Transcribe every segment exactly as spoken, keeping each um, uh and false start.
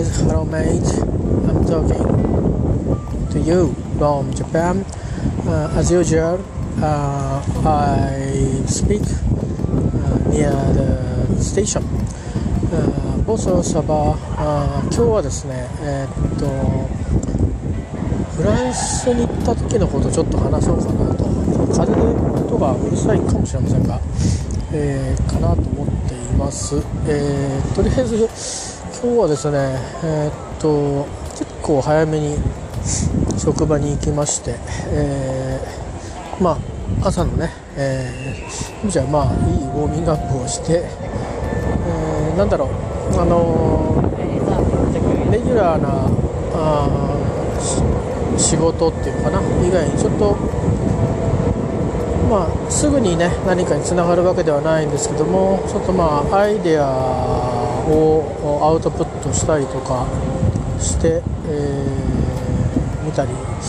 guys, hello mate. I'm talking to you from Japan. Uh, as usual, uh, I speak uh, near the station. Uh, also about、uh, 今日はですね、えー、っとフランスに行った時のことをちょっと話そうかなと。風の音がうるさいかもしれませんが、えー、かなと思っています。えー、とりあえず今日はですね、えー、っと結構早めに職場に行きまして、えー、まあ朝のね、えー、じゃあまあいいウォーミングアップをして、えー、なんだろうあのー、レギュラーなあー仕事っていうのかな以外にちょっとまあ、すぐにね何かにつながるわけではないんですけども、ちょっとまあアイデアをアウトプットしたりとかして、えー、見たり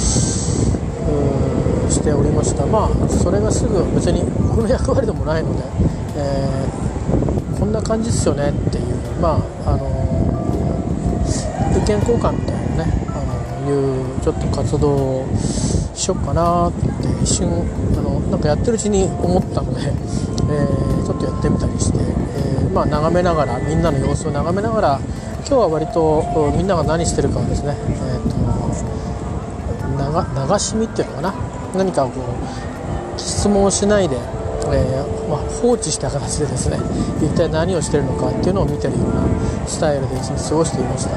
しておりました。まあそれがすぐ別に僕の役割でもないので、えー、こんな感じですよねっていうまああの意見交換みたいなねあのいうちょっと活動をしようかなって一瞬あのなんかやってるうちに思ったので、えー、ちょっとやってみたりして、えー、まあ眺めながらみんなの様子を眺めながら今日は割とみんなが何してるかをですね、えー、と流し見っていうのかな何かこう質問をしないで、えーまあ、放置した形でですね一体何をしてるのかっていうのを見てるようなスタイルで一日過ごしていました。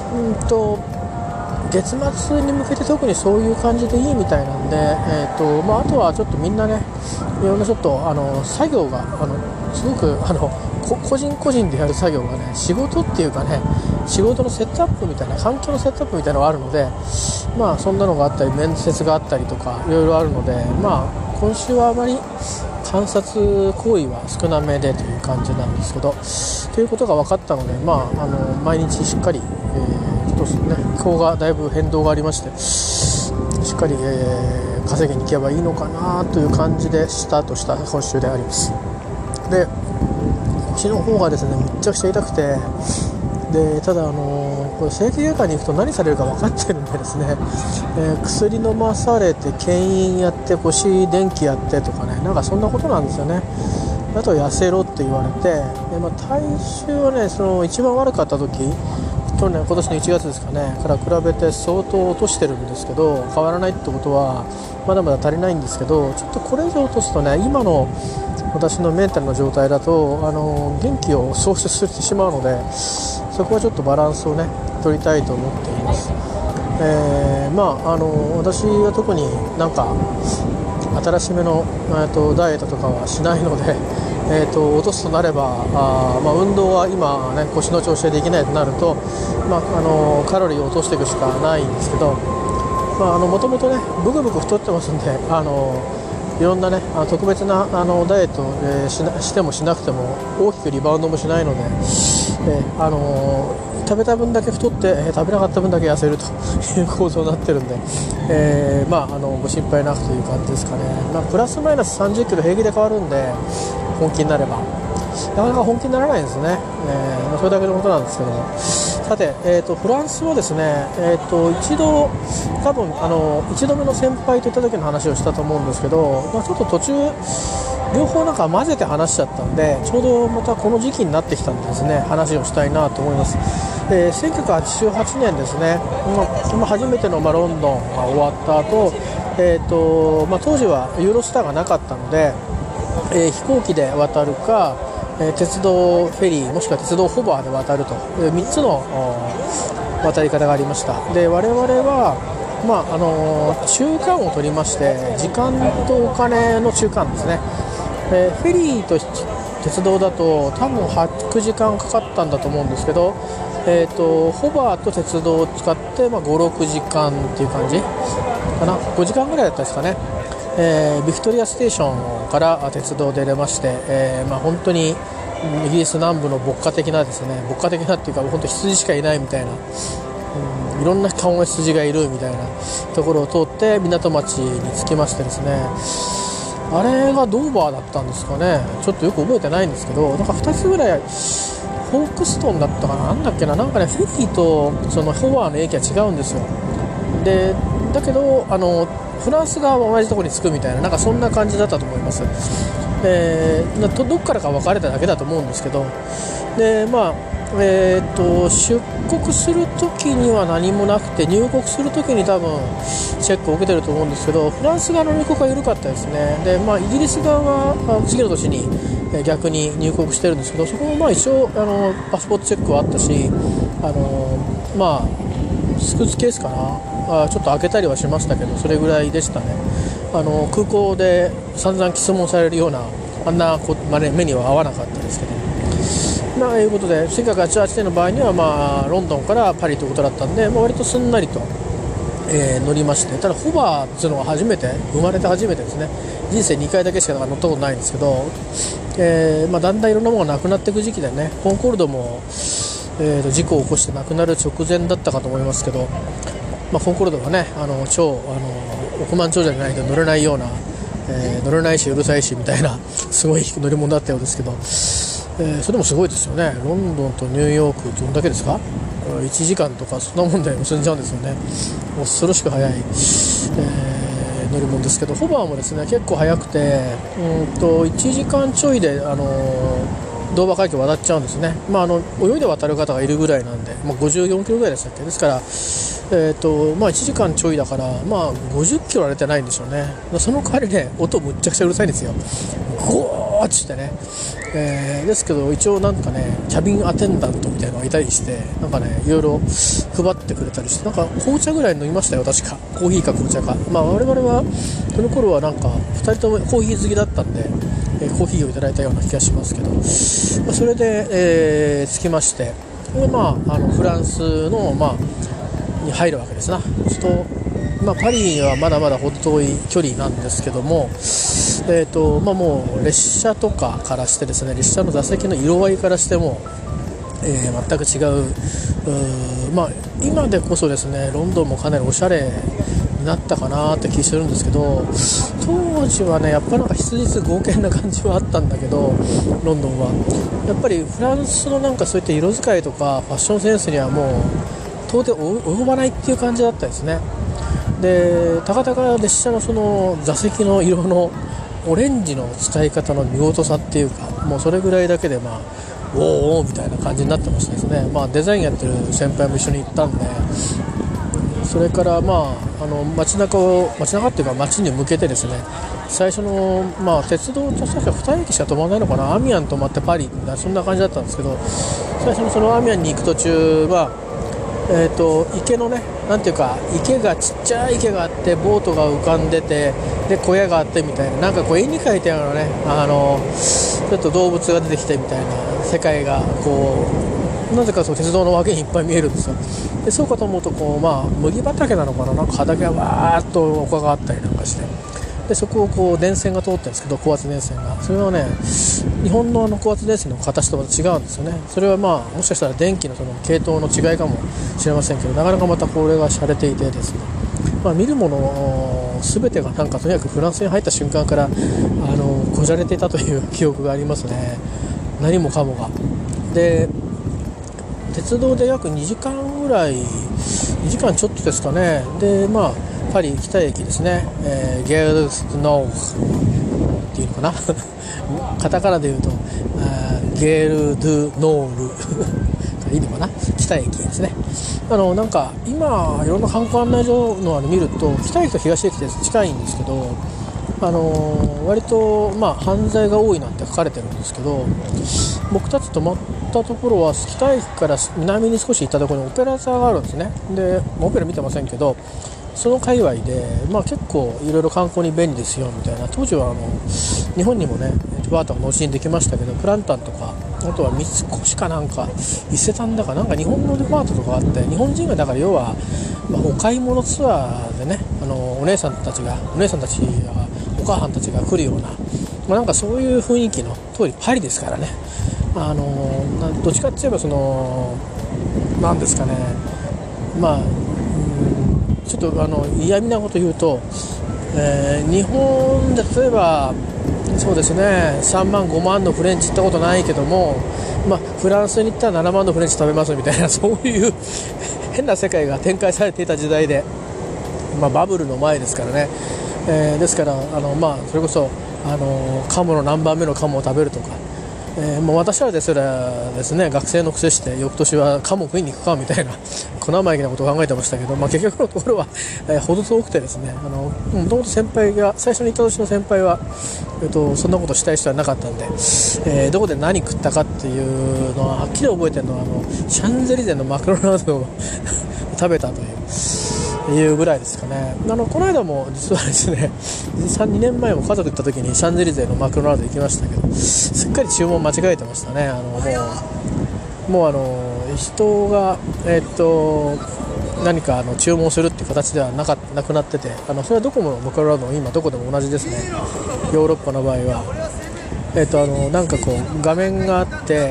うんと月末に向けて特にそういう感じでいいみたいなんで、えーとまあ、あとはちょっとみんなねいろんなちょっとあの作業があのすごくあの個人個人でやる作業がね仕事っていうかね仕事のセットアップみたいな環境のセットアップみたいなのがあるので、まあそんなのがあったり面接があったりとかいろいろあるので、まあ今週はあまり観察行為は少なめでという感じなんですけどということが分かったので、まあ、あの毎日しっかり、えーちょっとね、気候がだいぶ変動がありましてしっかり、えー、稼ぎに行けばいいのかなという感じでスタートした今週であります。で腰の方がですねめっちゃくちゃ痛くてでただ、あのー、これ整形外科に行くと何されるか分かってるんでですね、えー、薬飲まされて牽引やって腰電気やってとかねなんかそんなことなんですよね。あと痩せろって言われてで、まあ、体重はねその一番悪かった時去年今年のいちがつですかねから比べて相当落としてるんですけど変わらないってことはまだまだ足りないんですけどちょっとこれ以上落とすとね今の私のメンタルの状態だとあの元気を喪失してしまうのでそこはちょっとバランスをね取りたいと思っています。えー、まああの私は特になんか新しめの、えー、とダイエットとかはしないのでえー、と落とすとなればあ、まあ、運動は今、ね、腰の調子でできないとなると、まあ、あのカロリーを落としていくしかないんですけどもともとねブクブク太ってますんであのいろんなね特別なあのダイエット、えー、し, なしてもしなくても大きくリバウンドもしないので、えー、あの食べた分だけ太って、えー、食べなかった分だけ痩せるという構造になってるんで、えーまあ、あのご心配なくという感じですかね。まあ、プラスマイナスさんじゅっキロ平気で変わるんで本気になればなかなか本気にならないんですね、えーまあ、それだけのことなんですけどもさて、えー、とフランスはですね、えー、と一度多分あの一度目の先輩といった時の話をしたと思うんですけど、まあ、ちょっと途中両方なんか混ぜて話しちゃったんでちょうどまたこの時期になってきたんでですね話をしたいなと思います。えー、せんきゅうひゃくはちじゅうはちねんですね、まあ、初めての、まあ、ロンドンが終わった後、えーとまあ当時はユーロスターがなかったのでえー、飛行機で渡るか、えー、鉄道フェリーもしくは鉄道ホバーで渡るというみっつの渡り方がありました。で我々は、まああのー、中間を取りまして時間とお金の中間ですね、えー、フェリーと鉄道だと多分はち、くじかんかかったんだと思うんですけど、えー、とホバーと鉄道を使って、まあ、ご、ろくじかんっていう感じかなごじかんぐらいだったですかね。えー、ビクトリアステーションから鉄道で出まして、えーまあ、本当にイギリス南部の牧歌的なですね牧歌的なっていうか本当羊しかいないみたいな、うん、いろんな顔の羊がいるみたいなところを通って港町に着きましてですねあれがドーバーだったんですかねちょっとよく覚えてないんですけどなんかふたつぐらいフォークストンだったかな、なんだっけな、なんかねフェリーとそのホバーの駅は違うんですよ。でだけどあのフランス側は同じところに着くみたいな、なんかそんな感じだったと思います。えー、どっからか分かれただけだと思うんですけど、でまあえー、と出国するときには何もなくて、入国するときに多分チェックを受けてると思うんですけど、フランス側の入国は緩かったですね。で、まあ、イギリス側は次の年に逆に入国してるんですけど、そこもまあ一応あのパスポートチェックはあったし、あのまあスーツケースかな、あちょっと開けたりはしましたけど、それぐらいでしたね。あの空港で散々質問されるようなあんなこ、まあね、目には合わなかったですけど、まあ、いうことでせんきゅうひゃくはちじゅうはちねんの場合には、まあ、ロンドンからパリということだったんで、まあ、割とすんなりと、えー、乗りまして、ただホバーっていうのが初めて生まれて初めてですね、人生にかいだけしか乗ったことないんですけど、えーまあ、だんだんいろんなものがなくなっていく時期でね、コンコルドも、えー、と事故を起こして亡くなる直前だったかと思いますけど、まあ、コンコルドはねあの超あの億万長者じゃないと乗れないような、えー、乗れないしうるさいしみたいなすごい乗り物だったようですけど、えー、それもすごいですよね。ロンドンとニューヨークどんだけですか、いちじかんとかそんなもんで結んじゃうんですよね。恐ろしく速い、えー、乗り物ですけど、ホバーもですね結構速くて、うんといちじかんちょいで、あのードーバー海峡渡っちゃうんですね。まあ、あの泳いで渡る方がいるぐらいなんで、まあ、ごじゅうよんキロぐらいでしたっけ。ですから、えーとまあ、いちじかんちょいだから、まあ、ごじゅっキロは出てないんでしょうね。その代わりね音むっちゃくちゃうるさいんですよ。ゴーッってね、えー、ですけど一応なんかねキャビンアテンダントみたいなのがいたりして、なんかねいろいろ配ってくれたりして、なんか紅茶ぐらい飲みましたよ確か。コーヒーか紅茶か。まあ我々はその頃はなんかふたりともコーヒー好きだったんで、えー、コーヒーをいただいたような気がしますけど、まあ、それで、えー、着きまして、で、まあ、あのフランスの、まあ、に入るわけですな。そうすると、まあ、パリはまだまだほど遠い距離なんですけども、えーとまあ、もう列車とかからしてですね、列車の座席の色合いからしても、えー、全く違う、うまあ、今でこそですねロンドンもかなりおしゃれになったかなって気するんですけど、当時はねやっぱなんか質実剛健な感じはあったんだけど、ロンドンはやっぱりフランスのなんかそういった色使いとかファッションセンスにはもう到底及ばないっていう感じだったですね。でたかたか列車のその座席の色のオレンジの使い方の見事さっていうか、もうそれぐらいだけでまあおーおーみたいな感じになってましたですね。まあデザインやってる先輩も一緒に行ったんで、それからまああの街中を街中っていうか街に向けてですね、最初のまあ鉄道と確かに駅しか止まらないのかな、アミアン止まってパリ、そんな感じだったんですけど、最初のそのアミアンに行く途中はえー、と池のね、なんていうか池がちっちゃい池があって、ボートが浮かんでて、で小屋があってみたいな、なんかこう絵に描いたようなね、あのちょっと動物が出てきてみたいな世界がこうなぜかそう鉄道の脇にいっぱい見えるんですよ。でそうかと思うとこう、まあ、麦畑なのかな、なんか畑がわーっと丘があったりなんかして、でそこをこう電線が通ってるんですけど、高圧電線が、それはね日本のあの高圧電線の形とまた違うんですよね。それはまあもしかしたら電気のその系統の違いかもしれませんけど、なかなかまたこれが洒落ていてですね、まあ、見るもの全てがなんかとにかくフランスに入った瞬間からあのこじゃれていたという記憶がありますね。何もかもが。で鉄道で約にじかんぐらい、にじかんちょっとですかね。でまあパリ北駅ですね、えー、ゲールスノーっていうのかなカタカナで言うとゲールドゥノールいいのかな、北駅ですね。あのなんか今いろんな観光案内所のあれ見ると北駅と東駅って近いんですけど、あの割とまあ犯罪が多いなんて書かれてるんですけど、僕たち泊まったところは北駅から南に少し行ったところにオペラ座があるんですね。でオペラ見てませんけど、その界隈で、まあ、結構いろいろ観光に便利ですよみたいな、当時はあの日本にもねバーターが納品できましたけど、プランタンとかあとは三越かなんか伊勢丹だかなんか日本のデパートとかあって、日本人がだから要は、まあ、お買い物ツアーでね、あのお姉さんたちがお姉さんたちやお母さんたちが来るような、まあ、なんかそういう雰囲気の当時パリですからね、あのどっちかって言えばそのなんですかね、まあちょっとあの嫌味なこと言うと、えー、日本で例えばそうですねさんまんごまんのフレンチ行ったことないけども、 まあ、フランスに行ったらななまんのフレンチ食べますみたいなそういう変な世界が展開されていた時代で、まあ、バブルの前ですからね、えー、ですからあの、まあ、それこそあの鴨の何番目の鴨を食べるとか、えー、もう私はですらですね、学生の癖して翌年は鴨食いに行くかみたいな小生意気なことを考えてましたけど、まあ、結局のところは、えー、程遠くてですね、あのもともと先輩が最初に行った年の先輩は、えー、とそんなことしたい人はなかったんで、えー、どこで何食ったかっていうのははっきり覚えてるのは、あのシャンゼリゼのマクドナルドを食べたといういうぐらいですかね。あのこの間も実はですねにねんまえも家族行った時にシャンゼリゼのマクドナルド行きましたけど、すっかり注文間違えてましたね。あのもうもうあの人が、えー、っと何かあの注文するっていう形ではなかなくなってて、あのそれはどこもマクドナルドも今どこでも同じですね。ヨーロッパの場合は、えー、っとあのなんかこう画面があって、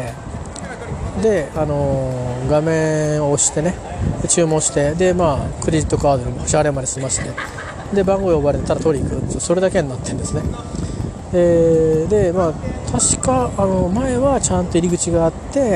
であの画面を押してね、注文して、でまあクレジットカードの支払いまで済まして、で番号呼ばれたら取りに行く、それだけになってるんですね。えー、でまあ確かあの前はちゃんと入り口があって、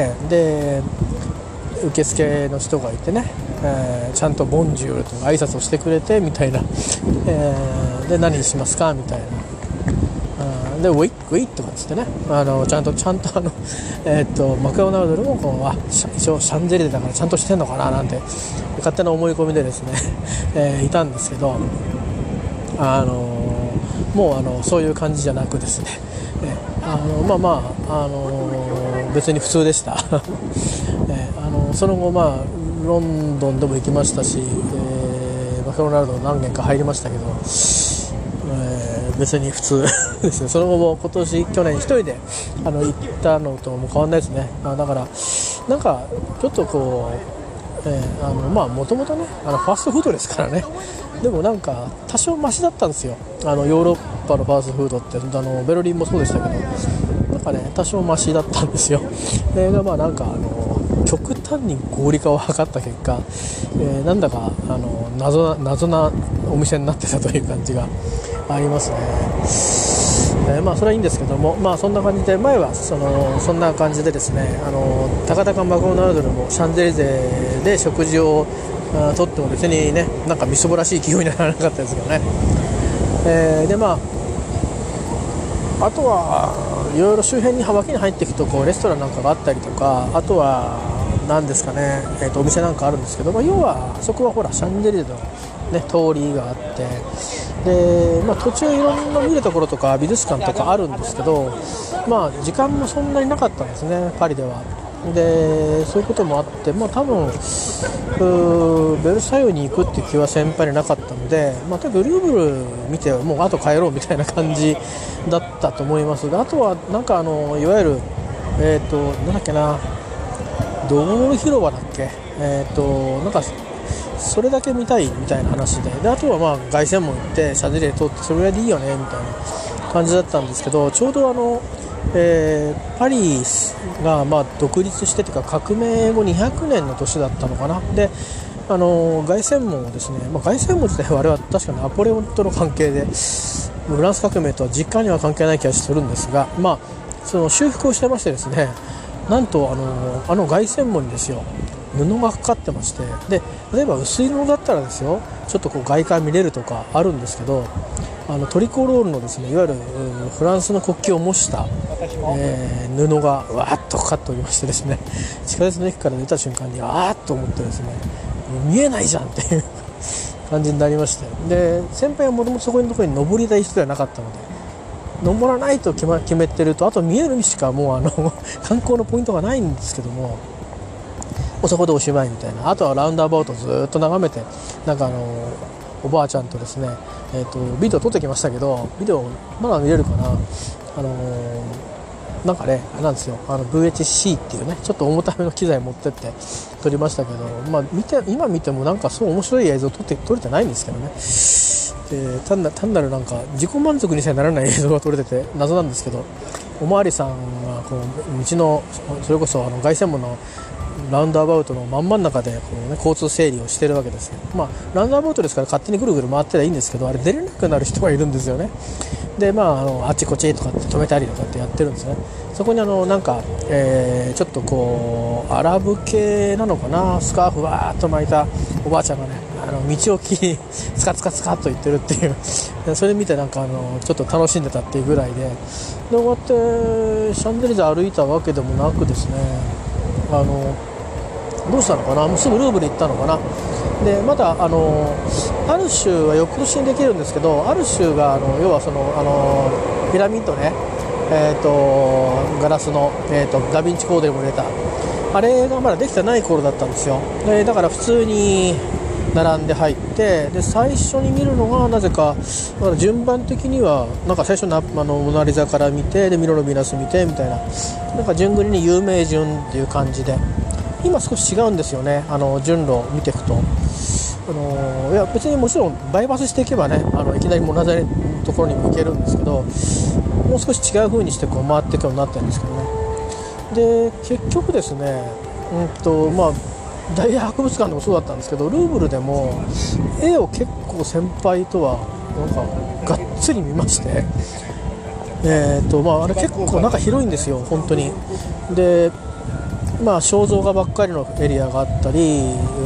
で受付の人がいてね、えー、ちゃんとボンジュールとか挨拶をしてくれてみたいな、えー、で何にしますかみたいな、でウィッウィッとかつってね、あのちゃんとちゃんとあの、えー、っとマクドナルドでもこうあ一応シャンゼリゼだからちゃんとしてんのかななんて勝手な思い込みでですね、えー、いたんですけど、あのもうあのそういう感じじゃなくですね、えー、あのまあまあ、あのー、別に普通でした、えー、あのその後まあロンドンでも行きましたし、えー、マクドナルド何軒か入りましたけど、えー、別に普通ですね。その後も今年去年一人であの行ったのとも変わんないですね。あだからなんかちょっとこう、えー、あのまあもともとねあのファストフードですからね。でもなんか多少マシだったんですよ。あのヨーロッパのファストフードってあのベルリンもそうでしたけど、なんかね多少マシだったんですよ。でまあなんかあの極端に合理化を図った結果、えー、なんだかあの 謎な謎なお店になってたという感じがありますね。えー、まあそれはいいんですけども、まあそんな感じで前はそのそんな感じでですね、あのたかだかマクドナルドでもシャンゼリゼで食事をとっても別にねなんかみそぼらしい気分にならなかったですけどね。えー、でまああとはいろいろ周辺に脇に入っていくとこうレストランなんかがあったりとか、あとは何ですかね、えー、とお店なんかあるんですけど、まあ、要はそこはほらシャンゼリゼの、ね、通りがあって、で、まあ、途中いろんな見るところとか美術館とかあるんですけど、まあ、時間もそんなになかったんですねパリでは。でそういうこともあって、まあ、多分ベルサイユに行くっていう気は先輩になかったので、まあ、とにかくルーブル見てもうあと帰ろうみたいな感じだったと思いますが、あとはなんかあのいわゆるえっ、ー、となんだっけなドール広場だっけ、えっ、ー、となんかそれだけ見たいみたいな話 で, であとはまあ凱旋門行ってシャンゼリゼ通ってそれぐらいでいいよねみたいな感じだったんですけど、ちょうどあのえー、パリがまあ独立してというか革命後にひゃくねんの年だったのかな。であの凱旋門をですね、まあ、凱旋門自体はあれは確かナポレオンとの関係でフランス革命とは実感には関係ない気がするんですが、まあ、その修復をしてましてですね、なんとあのあの凱旋門にですよ布がかかってまして、で例えば薄い布だったらですよちょっとこう外観見れるとかあるんですけど、あのトリコロールのですねいわゆるフランスの国旗を模した、えー、布がわーっとかかっておりましてですね、地下鉄の駅から出た瞬間にあーっと思ってですね見えないじゃんっていう感じになりまして、で先輩はもともとそこのところに登りたい人ではなかったので登らないと決、ま、決めてるとあと見えるしかもうあの観光のポイントがないんですけども、もうそこでおしまいみたいな。あとはラウンドアバウトずっと眺めてなんかあのおばあちゃんとですね、えーと、ビデオ撮ってきましたけど、ビデオまだ見れるかな、あのー、なんかねなんですよ、あの ブイエイチシー っていうねちょっと重ための機材持ってって撮りましたけど、まあ、見て今見てもなんかそう面白い映像撮って撮れてないんですけどね。で単な単なるなんか自己満足にさえならない映像が撮れてて謎なんですけど、おまわりさんがこう道のそれこそあの凱旋門のラウンドアバウトの真ん真ん中でこう、ね、交通整理をしてるわけですよ。まあラウンドアバウトですから勝手にぐるぐる回ってりゃいいんですけど、あれ出れなくなる人がいるんですよね。 で、まあ、あのあっちこっちとかって止めたりとかってやってるんですね。そこにあのなんか、えー、ちょっとこうアラブ系なのかな、スカーフわーっと巻いたおばあちゃんがね、あの道を木にスカスカスカっと言ってるっていうそれ見てなんかあのちょっと楽しんでたっていうぐらいで、で終わってシャンゼリゼ歩いたわけでもなくですね、あのどうしたのかな、もうすぐルーブル行ったのかな。でまだあのある州は翌年にできるんですけど、ある州があの要はそのあのピラミッドね、えー、とガラスの、えー、とダヴィンチコードにも入れたあれがまだできてない頃だったんですよ。でだから普通に並んで入って、で最初に見るのがなぜか、まだ順番的にはなんか最初なあのモナリザから見て、でミロのヴィーナス見てみたいな、なんか順繰りに有名順っていう感じで、今少し違うんですよね、あの順路を見ていくと。あのいや別にもちろんバイパスしていけばね、あのいきなりモナリザのところにも行けるんですけど、もう少し違う風にしてこう回っていくようになってるんですけどね。で結局ですね、うんとまあ大博物館でもそうだったんですけど、ルーブルでも絵を結構先輩とはなんかがっつり見まして、えーとまあ、あれ結構中広いんですよ本当に。でまあ肖像画ばっかりのエリアがあったり、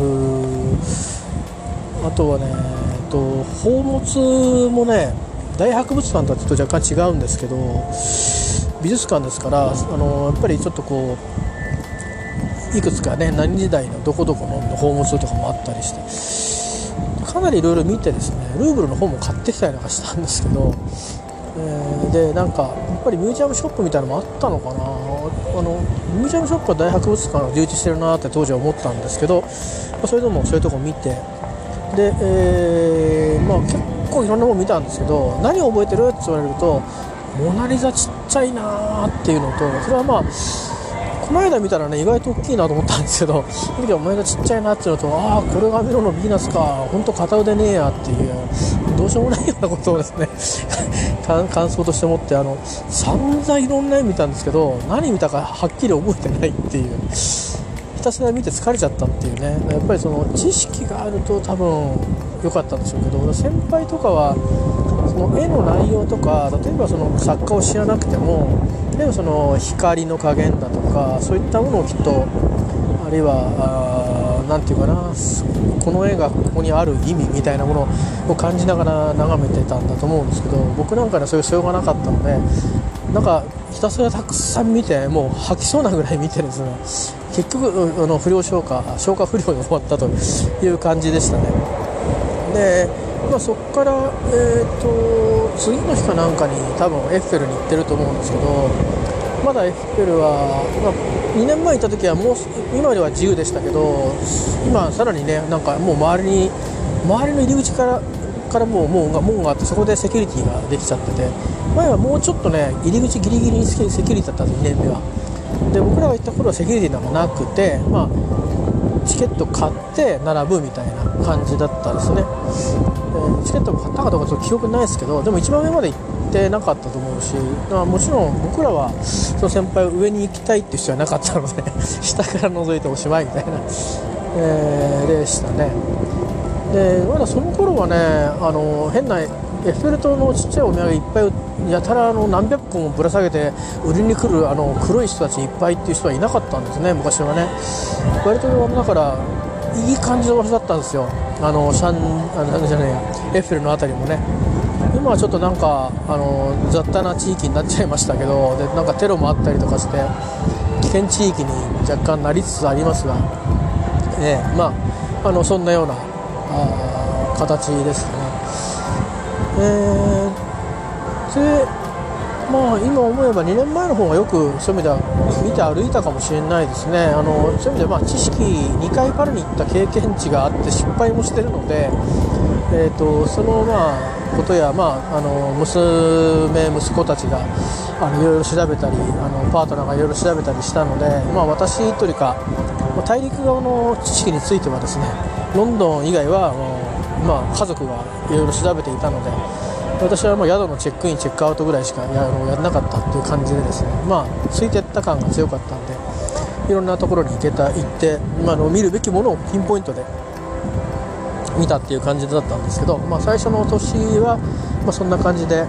あとはね、えっと宝物もね、大博物館とはちょっと若干違うんですけど、美術館ですから、あのやっぱりちょっとこういくつかね、何時代のどこどこの宝物とかもあったりして、かなりいろいろ見てですね、ルーブルの本も買ってきたりなんかしたんですけど、えー、でなんかやっぱりミュージアムショップみたいなのもあったのかな。あのミュージアムショップは大博物館が充実してるなって当時は思ったんですけど、それでもそういうとこ見て、で、えーまあ、結構いろんなもの見たんですけど、何を覚えてるって言われると、モナリザちっちゃいなっていうのと、それはまあこの間見たらね意外と大きいなと思ったんですけど、その時はお前がちっちゃいなっていうのと、ああこれがミロのヴィーナスか、本当片腕ねえやっていう、どうしようもないようなことをですね感想として持って、あの散々いろんな絵見たんですけど、何見たかはっきり覚えてないっていう、ひたすら見て疲れちゃったっていうね。やっぱりその知識があると多分良かったんでしょうけど、先輩とかはその絵の内容とか、例えばその作家を知らなくても、例えばその光の加減だとかそういったものをきっと、あるいは何て言うかな、この絵がここにある意味みたいなものを感じながら眺めてたんだと思うんですけど、僕なんかにはそういう素養がなかったので、なんかひたすらたくさん見て、もう吐きそうなぐらい見てですね、結局あの不良消化消化不良に終わったという感じでしたね。で、まあ、そこから、えー、と次の日かなんかに多分エッフェルに行ってると思うんですけど、まだエッフェルは、まあ、にねんまえ行った時はもう今よりは自由でしたけど、今さらにね、なんかもう周りに周りの入り口からからもう門が門があって、そこでセキュリティができちゃってて、前はもうちょっとね入り口ギリギリにセキュリティだったんです、にねんめは。で僕らが行った頃はセキュリティなんかなくて、まあチケット買って並ぶみたいな感じだったですね。でチケットも買ったかどうかちょっと記憶ないですけど、でも一番上まで行ってなかったと思うし、まあ、もちろん僕らはその先輩上に行きたいっていう人はなかったので下から覗いておしまいみたいな、えー、でしたね。でまだその頃はね、あの変なエッフェル塔のちっちゃいお土産いっぱいやたらあの何百本もぶら下げて売りに来るあの黒い人たちいっぱいっていう人はいなかったんですね、昔はね。割とだからいい感じの場所だったんですよ、あのシャンあなんじゃないやエッフェルのあたりもね。今はちょっとなんかあの雑多な地域になっちゃいましたけど、でなんかテロもあったりとかして危険地域に若干なりつつありますが、えー、まああのそんなようなあ形ですね。えー、でまあ今思えばにねんまえの方がよくそういう意味では見て歩いたかもしれないですね。あのそういう意味ではまあ知識にかいパリに行った経験値があって失敗もしてるので、えー、とそのまあことや、まあ、あの娘息子たちがあのいろいろ調べたり、あのパートナーがいろいろ調べたりしたので、まあ、私というか大陸側の知識についてはですね、ロンドン以外はもう、まあ、家族がいろいろ調べていたので、私はもう宿のチェックインチェックアウトぐらいしか や, やらなかったっていう感じでですね、まあついてった感が強かったんで、いろんなところに行けた行って、まあ、の見るべきものをピンポイントで見たっていう感じだったんですけど、まあ、最初の年は、まあ、そんな感じで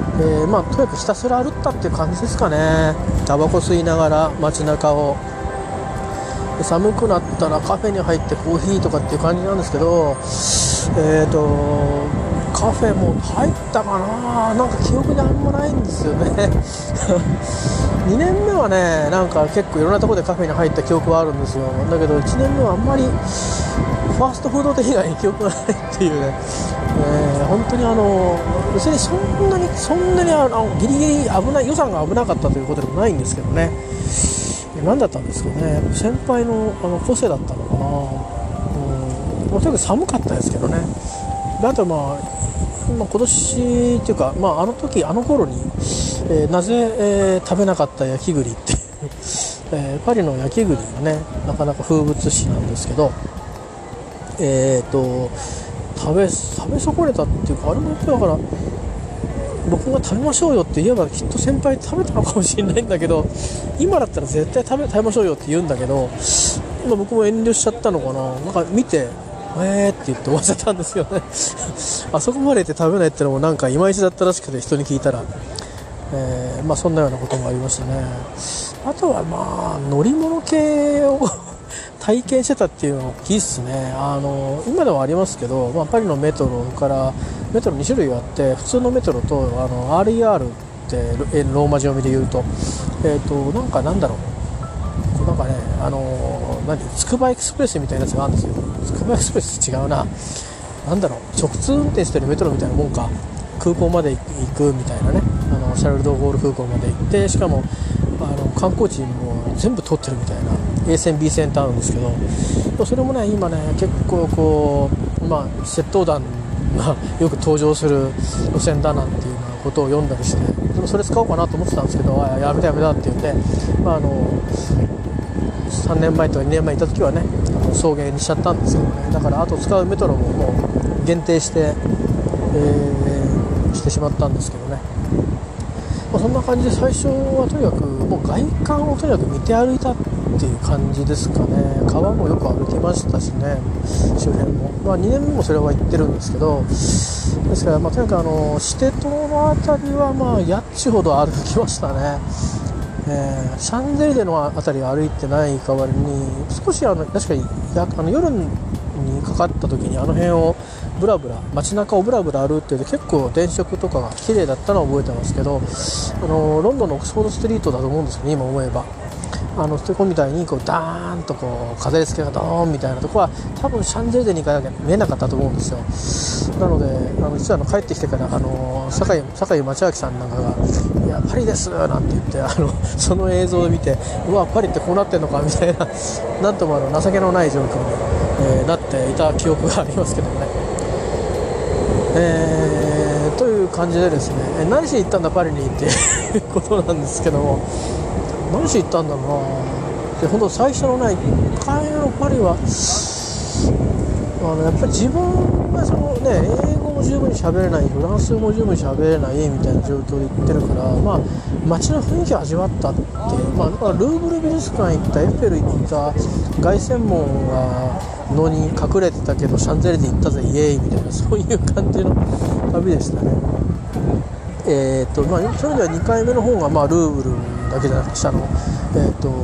えー、まあとにかくひたすら歩ったっていう感じですかね。タバコ吸いながら街中を、寒くなったらカフェに入ってコーヒーとかっていう感じなんですけど、えーとカフェも入ったかな、なんか記憶にあんまないんですよねにねんめはね、なんか結構いろんなところでカフェに入った記憶はあるんですよ。だけどいちねんめはあんまりファーストフード店以外に記憶がないっていうね、えー、本当にあの別にそんなにそんなにあのギリギリ危ない、予算が危なかったということでもないんですけどね。何だったんですかね、先輩のあの個性だったのかな。うん、とにかく寒かったですけどね。であとまあまあ、今年っていうか、まあ、あの時あの頃に、えー、なぜ、えー、食べなかった焼き栗っていう、えー、パリの焼き栗がねなかなか風物詩なんですけど、えー、と食べ食べ損ねたっていうか、あれもやっぱりだから僕が食べましょうよって言えばきっと先輩食べたのかもしれないんだけど、今だったら絶対食べ、食べましょうよって言うんだけど、今僕も遠慮しちゃったのかな。なんか見てえーって言って終わっちゃったんですよねあそこまで言って食べないってのもなんかいまいちだったらしくて、人に聞いたら、えーまあ、そんなようなこともありましたね。あとはまあ乗り物系を体験してたっていうのは大きいっすね。あの今ではありますけど、まあ、パリのメトロからメトロに種類あって、普通のメトロとあの アールイーアール ってローマ字読みで言うと、えーとなんかなんだろうなんかね、あの何つくばエクスプレスみたいなやつがあるんですよ。つくばエクスプレス違うな、なんだろう直通運転してるメトロみたいなもんか。空港まで行くみたいなね、あのシャルル・ド・ゴール空港まで行って、しかもあの観光地も全部通ってるみたいな A 線 B 線ってあるんですけど、それもね今ね結構こう、まあ、窃盗団がよく登場する路線だなっていうようなことを読んだりして、でもそれ使おうかなと思ってたんですけど、あやめたやめたって言って、まあ、あのさんねんまえとかにねんまえ行った時はね送迎にしちゃったんですけどね。だからあと使うメトロももう限定して、えー、してしまったんですけどね。まあ、そんな感じで最初はとにかくもう外観をとにかく見て歩いたっていう感じですかね。川もよく歩きましたしね、周辺も、まあ、にねんめもそれは行ってるんですけど、ですから、まあ、とにかくあのシテ島の辺りはまあやっちほど歩きましたね。えー、シャンゼリゼの辺りを歩いてない代わりに少しあの確かにやあの夜にかかった時にあの辺をブラブラ街中をブラブラ歩いてて、結構電飾とかが綺麗だったのは覚えてますけど、あのロンドンのオックスフォードストリートだと思うんですけど、今思えばあのステコみたいにこうダーンとこう飾り付けがドーンみたいなところは多分シャンゼリゼに行かなきゃ見えなかったと思うんですよ。なのであの実はあの帰ってきてからあの堺堺町明さんなんかがいやパリですなんて言ってあのその映像を見て、うわパリってこうなってんのかみたいななんともあの情けのない状況に、えー、なっていた記憶がありますけどね。えー、という感じでですね、え何しに行ったんだパリにっていうことなんですけども、何しに行ったんだろうな。で本当最初のねいっかいめのパリはあのやっぱり自分がその、ね、英語も十分に喋れない、フランス語も十分に喋れないみたいな状況で行ってるから、まあ、街の雰囲気を味わったっていう、まあ、だからルーブル美術館行った、エッフェル行った、凱旋門が野に隠れてたけどシャンゼリゼ行ったぜイエーイみたいな、そういう感じの旅でしたね。えーとまあ、そういう意味ではにかいめの方が、まあ、ルーブルだけじゃなくて下の、えーと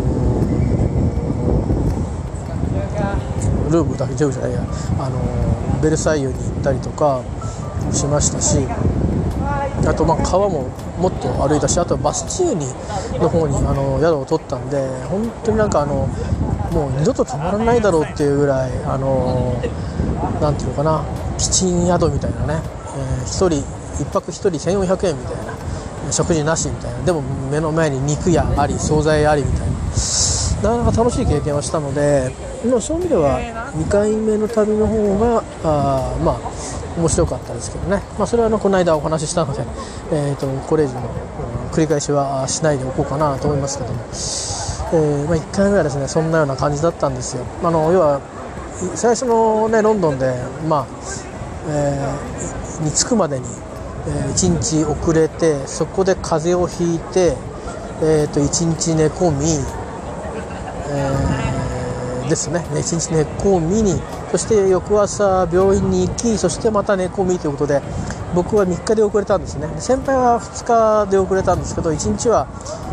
ルーブルだけじゃないやあのベルサイユに行ったりとかしましたし、あとまあ川ももっと歩いたし、あとバスチーニの方にあの宿を取ったんで、本当になんかあのもう二度と泊まらないだろうっていうぐらいあのなんていうのかな、キチン宿みたいなね、えー、ひとりいっぱくひとりせんよんひゃくえんみたいな、食事なしみたいな、でも目の前に肉屋あり惣菜ありみたいな、なかなか楽しい経験をしたので、まあ、そういう意味ではにかいめの旅の方があまあ面白かったですけどね。まあ、それはあのこの間お話ししたので、えー、とこれ以上の、うん、繰り返しはしないでおこうかなと思いますけども、えーまあ、いっかいめはですねそんなような感じだったんですよ。あの要は最初の、ね、ロンドンで、まあえー、に着くまでに、えー、いちにち遅れて、そこで風邪をひいて、えー、といちにち寝込み、えー、ですねいちにち寝込みに、そして翌朝病院に行き、そしてまた寝込みということで、 僕はみっかで遅れたんですね。先輩はふつかで遅れたんですけど、いちにちは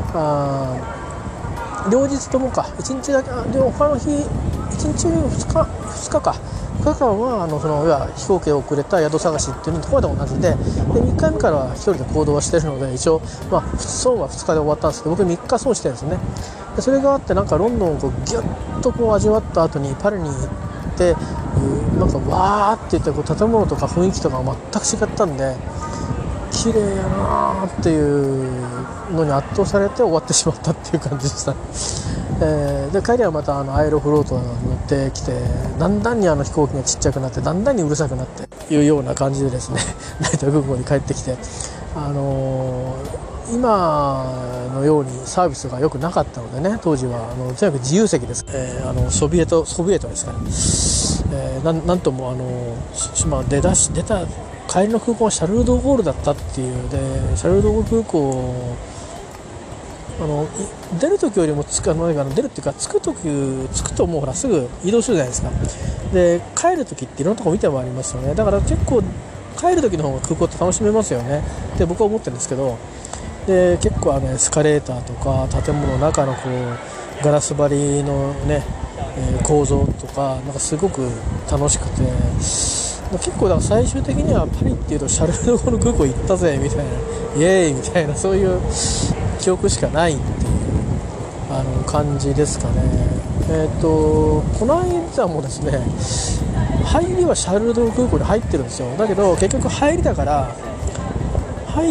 あ両日ともか、いちにちだけ、でも他の日いちにちふつかふつかかふつかかんはあのその要は飛行機で遅れた宿探しっていうのところで同じで、でみっかめからはひとりで行動はしてるので、一応まあ損はふつかで終わったんですけど、僕みっか損してるんですね。でそれがあって、なんかロンドンをこうギュッとこう味わった後にパリに行って、なんかわーっていったこう建物とか雰囲気とかが全く違ったんで、綺麗やなーっていうのに圧倒されて終わってしまったっていう感じでした。えー、で帰りはまたあのアイロフロートに乗ってきて、だんだんにあの飛行機がちっちゃくなって、だんだんにうるさくなっていうような感じでですね成田空港に帰ってきて、あのー、今のようにサービスが良くなかったのでね、当時はあのとにかく自由席です、えー、あのソビエトソビエトですから、えー、な, なんともあの、まあ、出だし出た帰りの空港はシャルル・ド・ゴールだったっていう。でシャルル・ド・ゴール空港、あの出る時よりもつくあの出るっていうか着く時着くともうほらすぐ移動するじゃないですか。で帰る時っていろんなとこ見てもありますよね。だから結構帰る時の方が空港って楽しめますよねって僕は思ってるんですけど、で結構あのエスカレーターとか建物の中のこうガラス張りのね、えー、構造とかなんかすごく楽しくて、結構だから最終的にはパリっていうとシャルル・ド・ゴール空港行ったぜみたいな、イエーイみたいな、そういう記憶しかないっていうあの感じですかね。えっとこの間もですね、入りはシャルル・ド・ゴール空港に入ってるんですよ。だけど結局入りだから入って、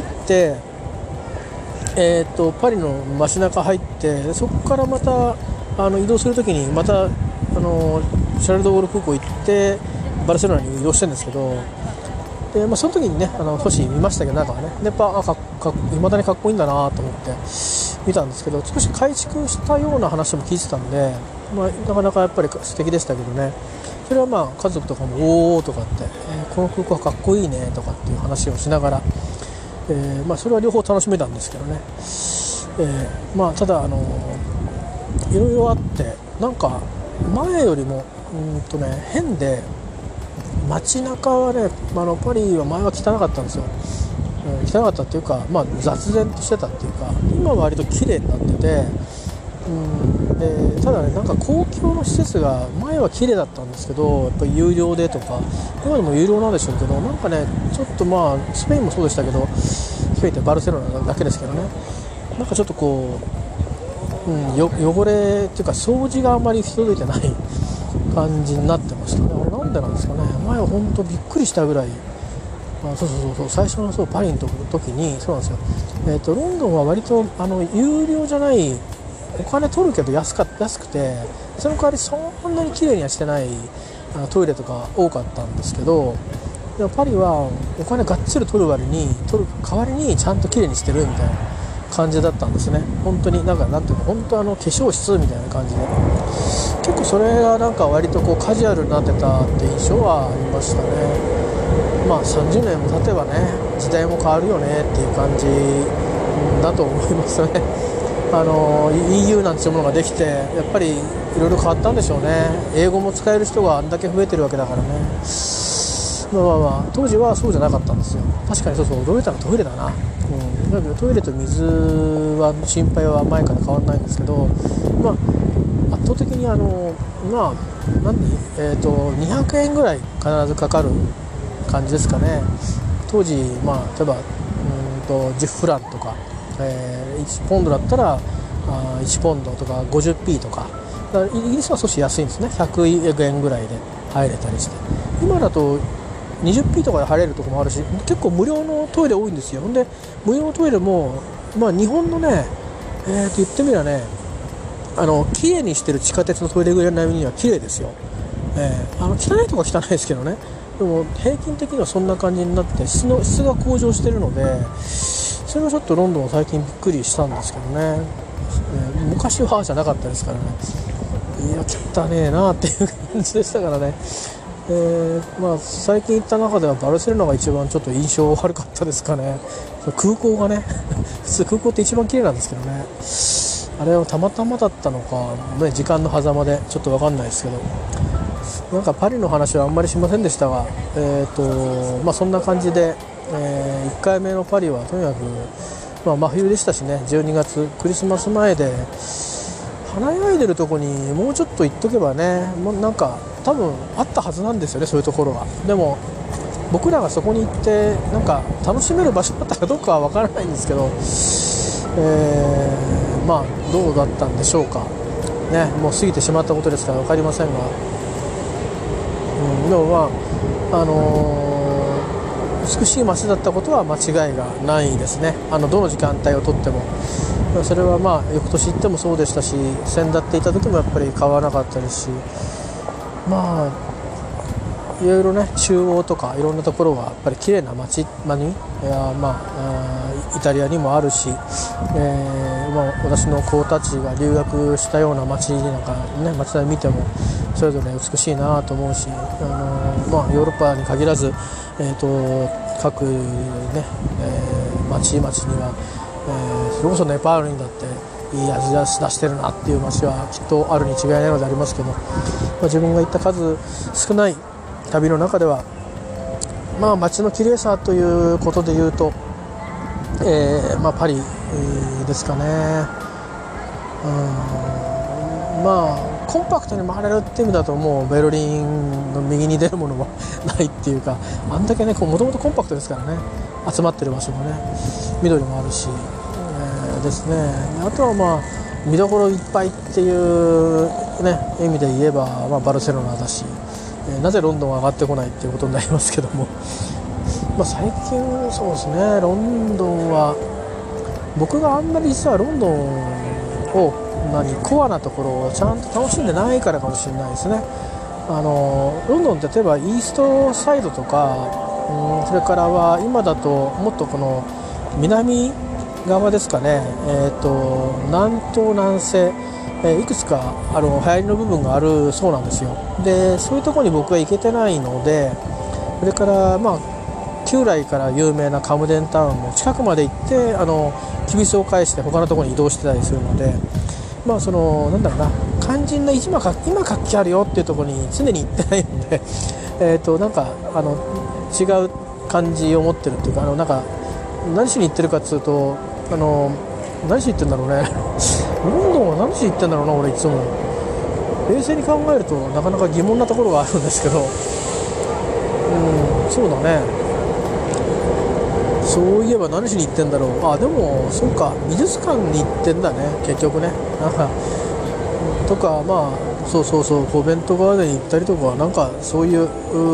えっとパリの街中入って、そこからまたあの移動するときにまたあのシャルル・ド・ゴール空港行ってバルセロナに移動してるんですけど、で、まあ、その時にねあの都市見ましたけど、中はねやっぱあかか未だにかっこいいんだなと思って見たんですけど、少し改築したような話も聞いてたんで、まあ、なかなかやっぱり素敵でしたけどね。それはまあ家族とかもおーとかって、えー、この空港はかっこいいねとかっていう話をしながら、えーまあ、それは両方楽しめたんですけどね、えーまあ、ただあのいろいろあって、なんか前よりもうんとね変で、街中はね、あのパリは前は汚かったんですよ、うん、汚かったっていうか、まあ、雑然としてたっていうか、今は割と綺麗になってて、うん、でただね、なんか公共の施設が前は綺麗だったんですけど、やっぱり有料でとか、今でも有料なんでしょうけど、なんかねちょっとまあスペインもそうでしたけど、スペインってバルセロナだけですけどね、なんかちょっとこう、うん、よ汚れっていうか掃除があんまり届いてない感じになってましたね。あれなんでなんですかね。前は本当びっくりしたぐらい、あ、そうそうそうそう、最初のそうパリの時にそうなんですよ、えーと、ロンドンは割とあの有料じゃない、お金取るけど安か安くて、その代わりそんなに綺麗にはしてないあのトイレとか多かったんですけど、でもパリはお金がっつり取る割に取る代わりにちゃんと綺麗にしてるみたいな感じだったんですね。本当になんかなんていうの、本当あの化粧室みたいな感じで、結構それがなんか割とこうカジュアルになってたって印象はありましたね。まあさんじゅうねんも経てばね、時代も変わるよねっていう感じだと思いますね。あの イーユー なんていうものができて、やっぱりいろいろ変わったんでしょうね。英語も使える人があんだけ増えてるわけだからね。まあまあまあ当時はそうじゃなかったんですよ。確かにそうそう、驚いたのはトイレだな、うん、だけどトイレと水は心配は前から変わらないんですけど、まあ圧倒的にあのまあ何、えー、とにひゃくえんぐらい必ずかかる感じですかね。当時、まあ、例えばうんとじゅうフランとか、えー、いちポンドだったらあいちポンドとか ごじゅうピー とか、だからイギリスは少し安いんですね。ひゃくえんぐらいで入れたりして、今だと にじゅうピー とかで入れるところもあるし、結構無料のトイレ多いんですよ。で無料のトイレも、まあ、日本のね、えー、と言ってみればね、あの綺麗にしてる地下鉄のトイレぐらいのには綺麗ですよ、えー、あの汚いとこは汚いですけどね、でも平均的にはそんな感じになって質の質が向上しているので、それはちょっとロンドンは最近びっくりしたんですけどね、えー、昔はじゃなかったですからね。いや汚ねえなっていう感じでしたからね、えーまあ、最近行った中ではバルセロナが一番ちょっと印象悪かったですかね。空港がね普通空港って一番綺麗なんですけどね、あれはたまたまだったのか、ね、時間の狭間でちょっと分かんないですけど、なんかパリの話はあんまりしませんでしたが、えーとまあ、そんな感じで、 えー、いっかいめのパリはとにかく、まあ、真冬でしたしね、じゅうにがつクリスマス前で華やいでるとこにもうちょっと行っとけばね、もうなんか多分あったはずなんですよね、そういうところは。でも僕らがそこに行ってなんか楽しめる場所だったかどうかは分からないんですけど、えー、まあどうだったんでしょうかね。もう過ぎてしまったことですから分かりませんが、うん、でもまああのー、美しい街だったことは間違いがないですね。あのどの時間帯をとっても。それはまあ翌年行ってもそうでしたし、先だっていた時もやっぱり変わらなかったですし、まあいろいろね、中央とかいろんなところはやっぱり綺麗な街並み、いや、まあ、イタリアにもあるし、えーまあ、私の子たちが留学したような街なんかね、街並み見てもそれぞれ美しいなと思うし、あの、まあ、ヨーロッパに限らず、えー、と各、ねえー、町々には、えー、それこそネパールにだっていい味出してるなっていう街はきっとあるに違いないのでありますけど、まあ、自分が行った数少ない旅の中では、まあ、街の綺麗さということでいうと、えーまあ、パリ、えー、ですかね。うん、まあコンパクトに回れるっていう意味だともうベルリンの右に出るものはないっていうか、あんだけねもともとコンパクトですからね、集まってる場所もね、緑もあるし、えー、ですね。あとはまあ見どころいっぱいっていう、ね、意味で言えば、まあ、バルセロナだし、なぜロンドンは上がってこないっていうことになりますけども、まあ、最近そうですね、ロンドンは僕があんまり実はロンドンを何コアなところをちゃんと楽しんでないからかもしれないですね。あのロンドンって例えばイーストサイドとか、うん、それからは今だともっとこの南側ですかね、えー、と南東南西いくつかあの流行りの部分があるそうなんですよ。でそういうところに僕は行けてないので、それからまあ旧来から有名なカムデンタウンも近くまで行ってあのキビスを返して他のところに移動してたりするので、まあそのなんだろうな、肝心な今か今活気あるよっていうところに常に行ってないのでえとなんかあの違う感じを持ってるっていうか、あのなんか何しに行ってるかっていうと、あの何しに行ってんだろうねロンドンは何しに行ってんだろうな、俺いつも冷静に考えるとなかなか疑問なところがあるんですけど、うん、そうだね、そういえば何しに行ってんだろう。あ、でもそうか、美術館に行ってんだね結局ね、なんかとか、まあそうそうそう、コベントガーデンに行ったりとか、なんかそういう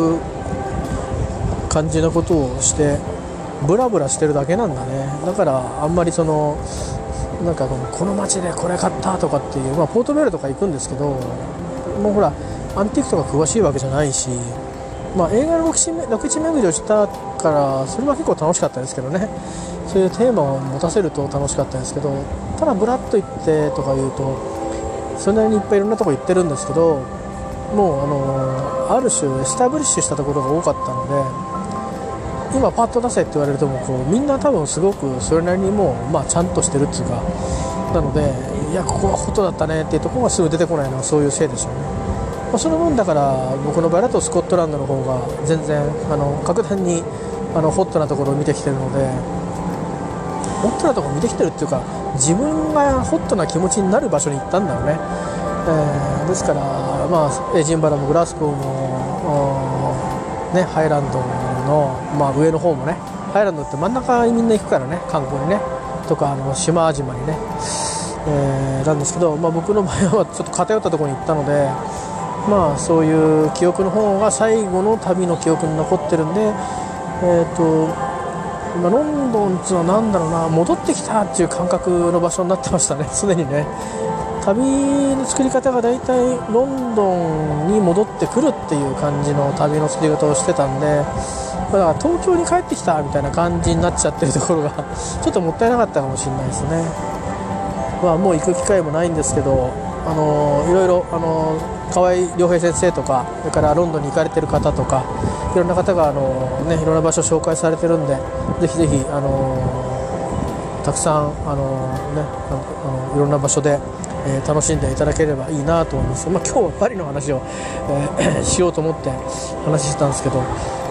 感じなことをしてブラブラしてるだけなんだね。だからあんまりそのなんかこの街でこれ買ったとかっていう、まあ、ポートベールとか行くんですけど、もうほらアンティークとか詳しいわけじゃないし、まあ、映画のロケ地巡りをしたからそれは結構楽しかったですけどね、そういうテーマを持たせると楽しかったですけど、ただブラッと行ってとか言うとそれなりにいっぱいいろんなとこ行ってるんですけど、もうあのある種エスタブリッシュしたところが多かったので、今パッと出せって言われるともこうみんな多分すごくそれなりにもう、まあ、ちゃんとしてるっていうか、なのでいやここはホットだったねっていうところがすぐ出てこないのはそういうせいでしょうね。まあ、その分だから僕の場合だとスコットランドの方が全然あの格段にあのホットなところを見てきてるので、ホットなところを見てきてるっていうか、自分がホットな気持ちになる場所に行ったんだよね。えー、ですから、まあ、エジンバラもグラスゴーも、ね、ハイランドの、まあ、上の方もね、ハイランドって真ん中にみんな行くからね、観光にねとか、あの島々にね、えー、なんですけど、まあ、僕の場合はちょっと偏ったところに行ったので、まあ、そういう記憶の方が最後の旅の記憶に残ってるんで、えーとまあ、ロンドンっていうのはなんだろうな、戻ってきたっていう感覚の場所になってましたね、常にね。旅の作り方がだいたいロンドンに戻ってくるっていう感じの旅の作り方をしてたんで、だから東京に帰ってきたみたいな感じになっちゃってるところがちょっともったいなかったかもしれないですね。まあ、もう行く機会もないんですけど、あのいろいろあの河合良平先生とか、それからロンドンに行かれてる方とか、いろんな方があの、ね、いろんな場所を紹介されてるんで、ぜひぜひあのたくさんあの、ね、あのいろんな場所で、えー、楽しんでいただければいいなと思います。まあ、今日はパリの話を、えー、しようと思って話してたんですけど、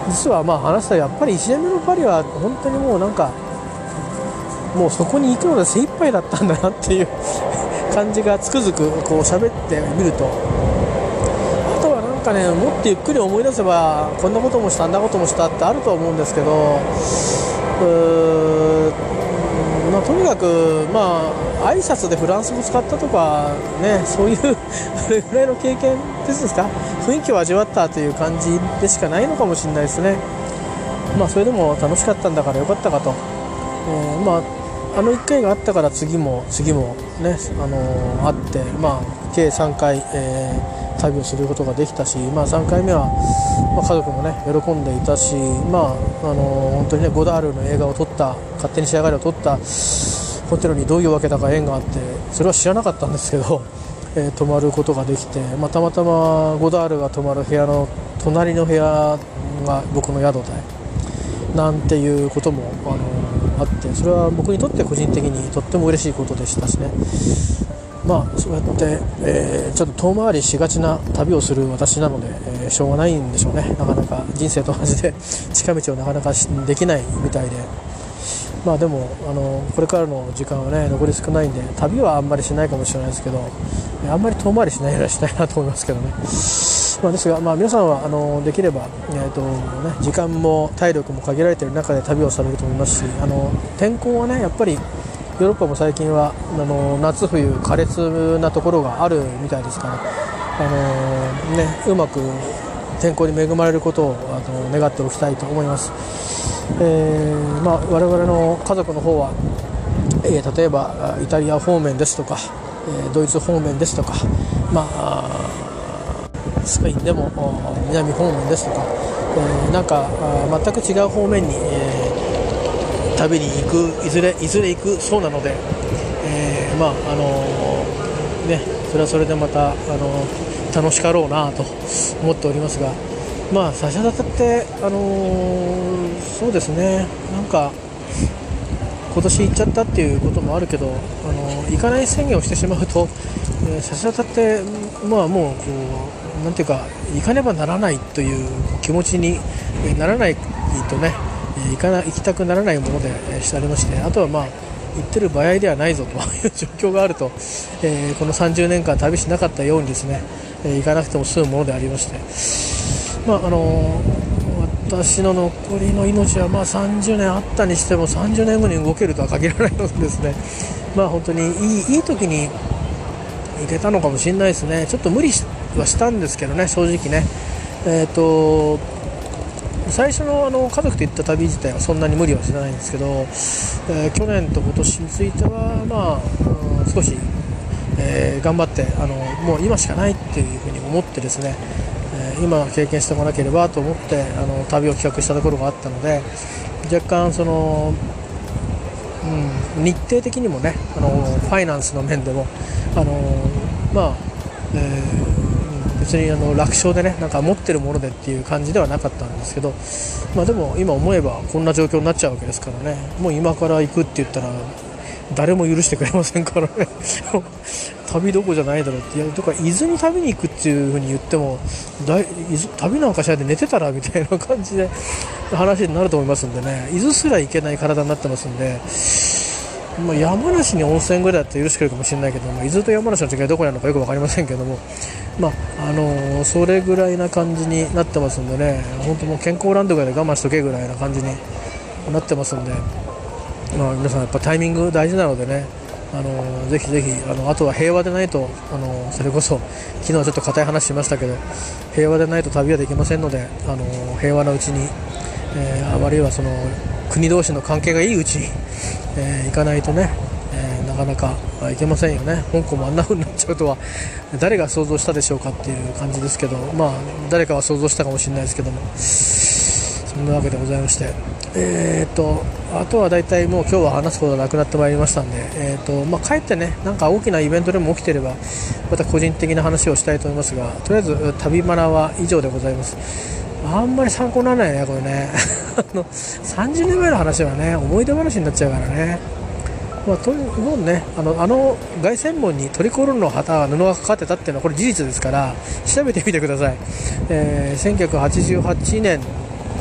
実はまあ話したらやっぱりいちねんめのパリは本当にもうなんかもうそこに行くので精一杯だったんだなっていう感じがつくづくこう喋ってみると、あとはなんかねもっとゆっくり思い出せばこんなこともしたあんなこともしたってあると思うんですけど、うーまあ、とにかくまあ挨拶でフランス語使ったとかね、そういうそれぐらいの経験ですか、雰囲気を味わったという感じでしかないのかもしれないですね。まあそれでも楽しかったんだからよかったかと、えー、まああのいっかいがあったから次も次もね、あのー、あって、まあ、計さんかい、えー、旅をすることができたし、まあ、さんかいめは、まあ、家族もね喜んでいたし、まああのー、本当にねゴダールの映画を撮った勝手に仕上がりを撮ったホテルにどういうわけだか縁があって、それは知らなかったんですけど、えー、泊まることができて、まあ、たまたまゴダールが泊まる部屋の隣の部屋が僕の宿でなんていうことも、あのーあって、それは僕にとって個人的にとっても嬉しいことでしたしね。まあそうやって、えー、ちょっと遠回りしがちな旅をする私なので、えー、しょうがないんでしょうね。なかなか人生と同じで近道をなかなかできないみたいで、まあでもあのこれからの時間はね残り少ないんで、旅はあんまりしないかもしれないですけど、あんまり遠回りしないようにしたいなと思いますけどね。まあ、ですが、まあ、皆さんはあのできれば、えーとね、時間も体力も限られている中で旅をされると思いますし、あの天候はねやっぱりヨーロッパも最近はあの夏冬苛烈なところがあるみたいですから、あの、ね、うまく天候に恵まれることをあの願っておきたいと思います。えーまあ、我々の家族の方は、えー、例えばイタリア方面ですとか、えー、ドイツ方面ですとか、まあスペインでも南方面ですとか、えー、なんか全く違う方面に、えー、旅に行くいずれいずれ行くそうなので、えー、まああのー、ねそれはそれでまた、あのー、楽しかろうなと思っておりますが、まあ差し当たってあのー、そうですね、なんか今年行っちゃったっていうこともあるけど、あのー、行かない宣言をしてしまうと、えー、差し当たってまあもうこうなんていうか行かねばならないという気持ちにならないとね、行かな行きたくならないものでしてありまして、あとはまあ行ってる場合ではないぞという状況があると、えー、このさんじゅうねんかん旅しなかったようにですね、行かなくても済むものでありまして、まああのー、私の残りの命はまあさんじゅうねんあったにしてもさんじゅうねんごに動けるとは限らないのでですね、まあ本当にいい、いい時に行けたのかもしれないですね。ちょっと無理はしたんですけどね、正直ね。えーと最初 の, あの家族と行った旅自体はそんなに無理はしてないんですけど、えー、去年と今年については、まあうん、少し、えー、頑張ってあのもう今しかないっていうふうに思ってですね、えー、今経験してこなければと思ってあの旅を企画したところがあったので、若干その、うん、日程的にもね、あのファイナンスの面でもあのまあ、えー、別にあの楽勝でねなんか持ってるものでっていう感じではなかったんですけど、まあ、でも今思えばこんな状況になっちゃうわけですからね、もう今から行くって言ったら誰も許してくれませんからね旅どこじゃないだろうって、いやとか伊豆に旅に行くっていう風に言ってもだい旅なんかしないで寝てたらみたいな感じで話になると思いますんでね、伊豆すら行けない体になってますんで、まあ、山梨に温泉ぐらいだったら許してくれるかもしれないけども、伊豆と山梨の違いはどこにあるのかよく分かりませんけども、まああのー、それぐらいな感じになってますんでね、本当もう健康ランドぐらいで我慢しとけぐらいな感じになってますんで、まあ、皆さんやっぱタイミング大事なのでね、あのー、ぜひぜひ あのあとは平和でないと、あのー、それこそ昨日はちょっと固い話しましたけど平和でないと旅はできませんので、あのー、平和なうちに、えー、あるいはその国同士の関係がいいうちに、えー、行かないとね、えー、なかなかいけませんよね。香港もあんな風になっちゃうとは誰が想像したでしょうかっていう感じですけど、まあ誰かは想像したかもしれないですけども、そんなわけでございまして、えー、とあとはだいたいもう今日は話すことがなくなってまいりましたんで、えーとまあ、帰ってねなんか大きなイベントでも起きていればまた個人的な話をしたいと思いますが、とりあえず旅マナは以上でございます。あんまり参考にならないねこれねあのさんじゅうねんまえの話はね思い出話になっちゃうからね、まあ、ともうねあのあの凱旋門にトリコロールの旗布がかかってたっていうのはこれ事実ですから調べてみてください。えー、せんきゅうひゃくはちじゅうはちねん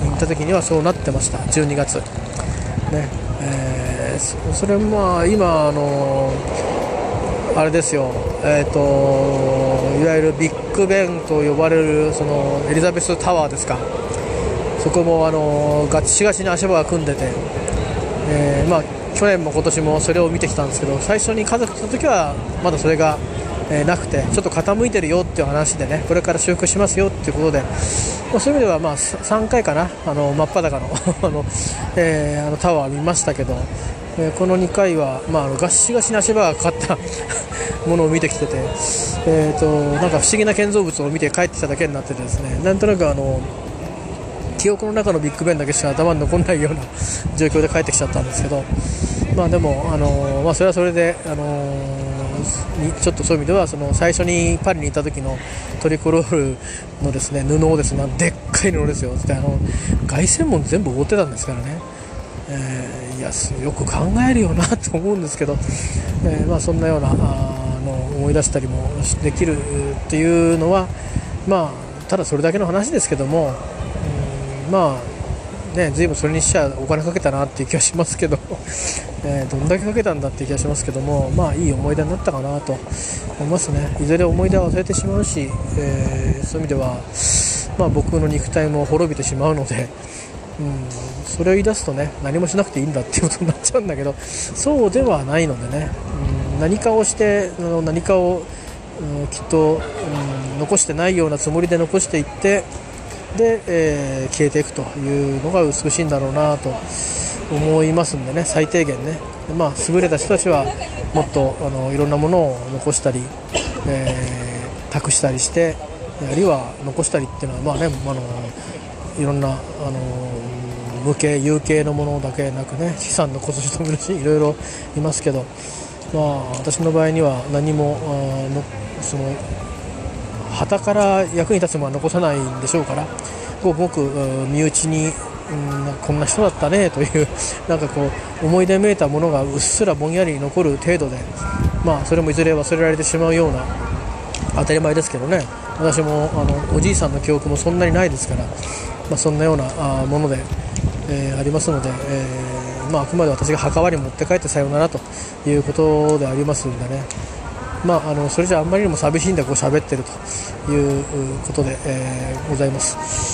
行った時にはそうなってました。じゅうにがつね、えー、それまあ今あのあれですよ、えー、といわゆるビッグベンと呼ばれるそのエリザベスタワーですか、そこもあのガチガチに足場が組んでて、えーまあ、去年も今年もそれを見てきたんですけど、最初に家族来た時はまだそれが、えー、なくて、ちょっと傾いてるよっていう話でね、これから修復しますよっていうことで、まあ、そういう意味ではまあさんかいかな、あの真っ裸のあの、えー、あのタワー見ましたけど、えー、このにかいは、まあ、あのガシガシに足場がかかったものを見てきてて、えー、となんか不思議な建造物を見て帰ってきただけになっててですね、なんとなくあの記憶の中のビッグベンだけしか頭に残らないような状況で帰ってきちゃったんですけど、まあでも、あのーまあ、それはそれで、あのー、ちょっとそういう意味ではその最初にパリにいた時のトリコロールのですね布をですね、でっかい布ですよ、あの凱旋門全部覆ってたんですからね、えー、いやよく考えるよなと思うんですけど、えーまあ、そんなようなあの思い出したりもできるっていうのは、まあ、ただそれだけの話ですけども、まあね、ずいぶんそれにしちゃお金かけたなっていう気がしますけど、えー、どんだけかけたんだっていう気がしますけども、まあいい思い出になったかなと思いますね。いずれ思い出は忘れてしまうし、えー、そういう意味では、まあ、僕の肉体も滅びてしまうので、うん、それを言い出すとね、何もしなくていいんだっていうことになっちゃうんだけど、そうではないのでね、うん、何かをして何かを、うん、きっと、うん、残してないようなつもりで残していって、で、えー、消えていくというのが美しいんだろうなと思いますんでね、最低限ね、まあ、優れた人たちはもっとあのいろんなものを残したり、えー、託したりして、あるいは残したりっていうのは、まあね、あのいろんなあの無形有形のものだけなくね、資産の残す人もいるし、いろいろいますけど、まあ、私の場合には何もあのその旗から役に立つものは残さないんでしょうから、ごくごく身内に、うん、こんな人だったねというなんかこう思い出めいたものがうっすらぼんやり残る程度で、まあ、それもいずれ忘れられてしまうような、当たり前ですけどね、私もあのおじいさんの記憶もそんなにないですから、まあ、そんなようなあもので、えー、ありますので、えーまあ、あくまで私が墓場に持って帰ってさよならということでありますのでね、まあ、あのそれじゃあんまりにも寂しいんでこう喋ってるということで、えー、ございます。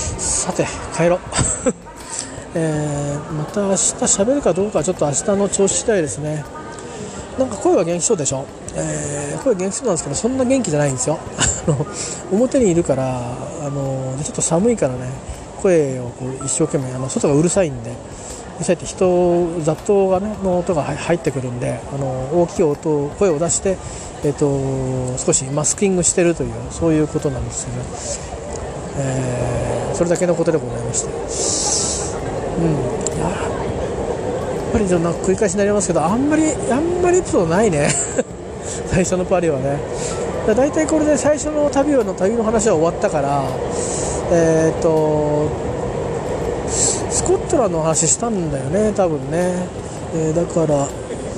さて帰ろう、えー、また明日喋るかどうかはちょっと明日の調子次第ですね。なんか声は元気そうでしょ、えー、声元気そうなんですけど、そんな元気じゃないんですよあの表にいるから、あのちょっと寒いからね、声をこう一生懸命、あの外がうるさいんで、うるさいって人雑踏が、ね、の音が入ってくるんで、あの大きい音声を出して、えー、と少しマスキングしてるという、そういうことなんですけど、えー、それだけのことでございまして、うん、やっぱりなんか繰り返しになりますけど、あんまりあんまりエピソードないね最初のパリはね。だいたいこれで最初の旅の旅の話は終わったから、えー、とスコットランドの話したんだよね多分ね、えー、だから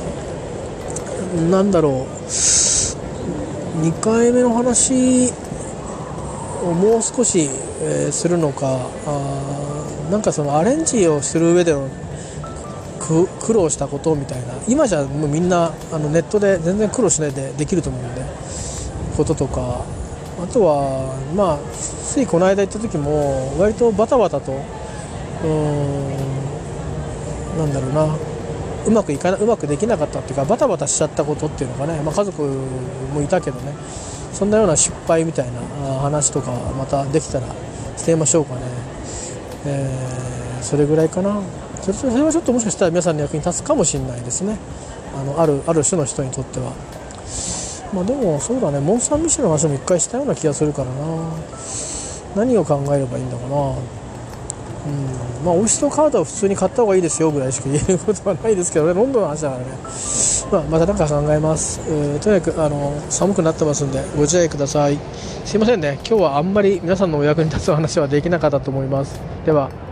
なんだろう、にかいめの話をもう少し、えー、するのか、あなんかそのアレンジをする上での苦労したことみたいな、今じゃもうみんなあのネットで全然苦労しないでできると思うんで、こととか、あとはまあついこの間行った時も割とバタバタと、うーんなんだろうな、うまくいかなうまくできなかったっていうか、バタバタしちゃったことっていうのがね、まあ、家族もいたけどね、そんなような失敗みたいな話とかまたできたらしてみましょうかね、えー、それぐらいかな。それ、それはちょっともしかしたら皆さんの役に立つかもしれないですね、あのあるある種の人にとっては。まあでもそうだね、モン・サン・ミシェルの話も一回したような気がするからな。何を考えればいいんだかな。うん、まあオイストカードは普通に買った方がいいですよぐらいしか言えることはないですけどね、ロンドンの話だからね。まあ、また何か考えます。えー、とにかくあの寒くなってますんでご自愛ください。すいませんね、今日はあんまり皆さんのお役に立つ話はできなかったと思います。では。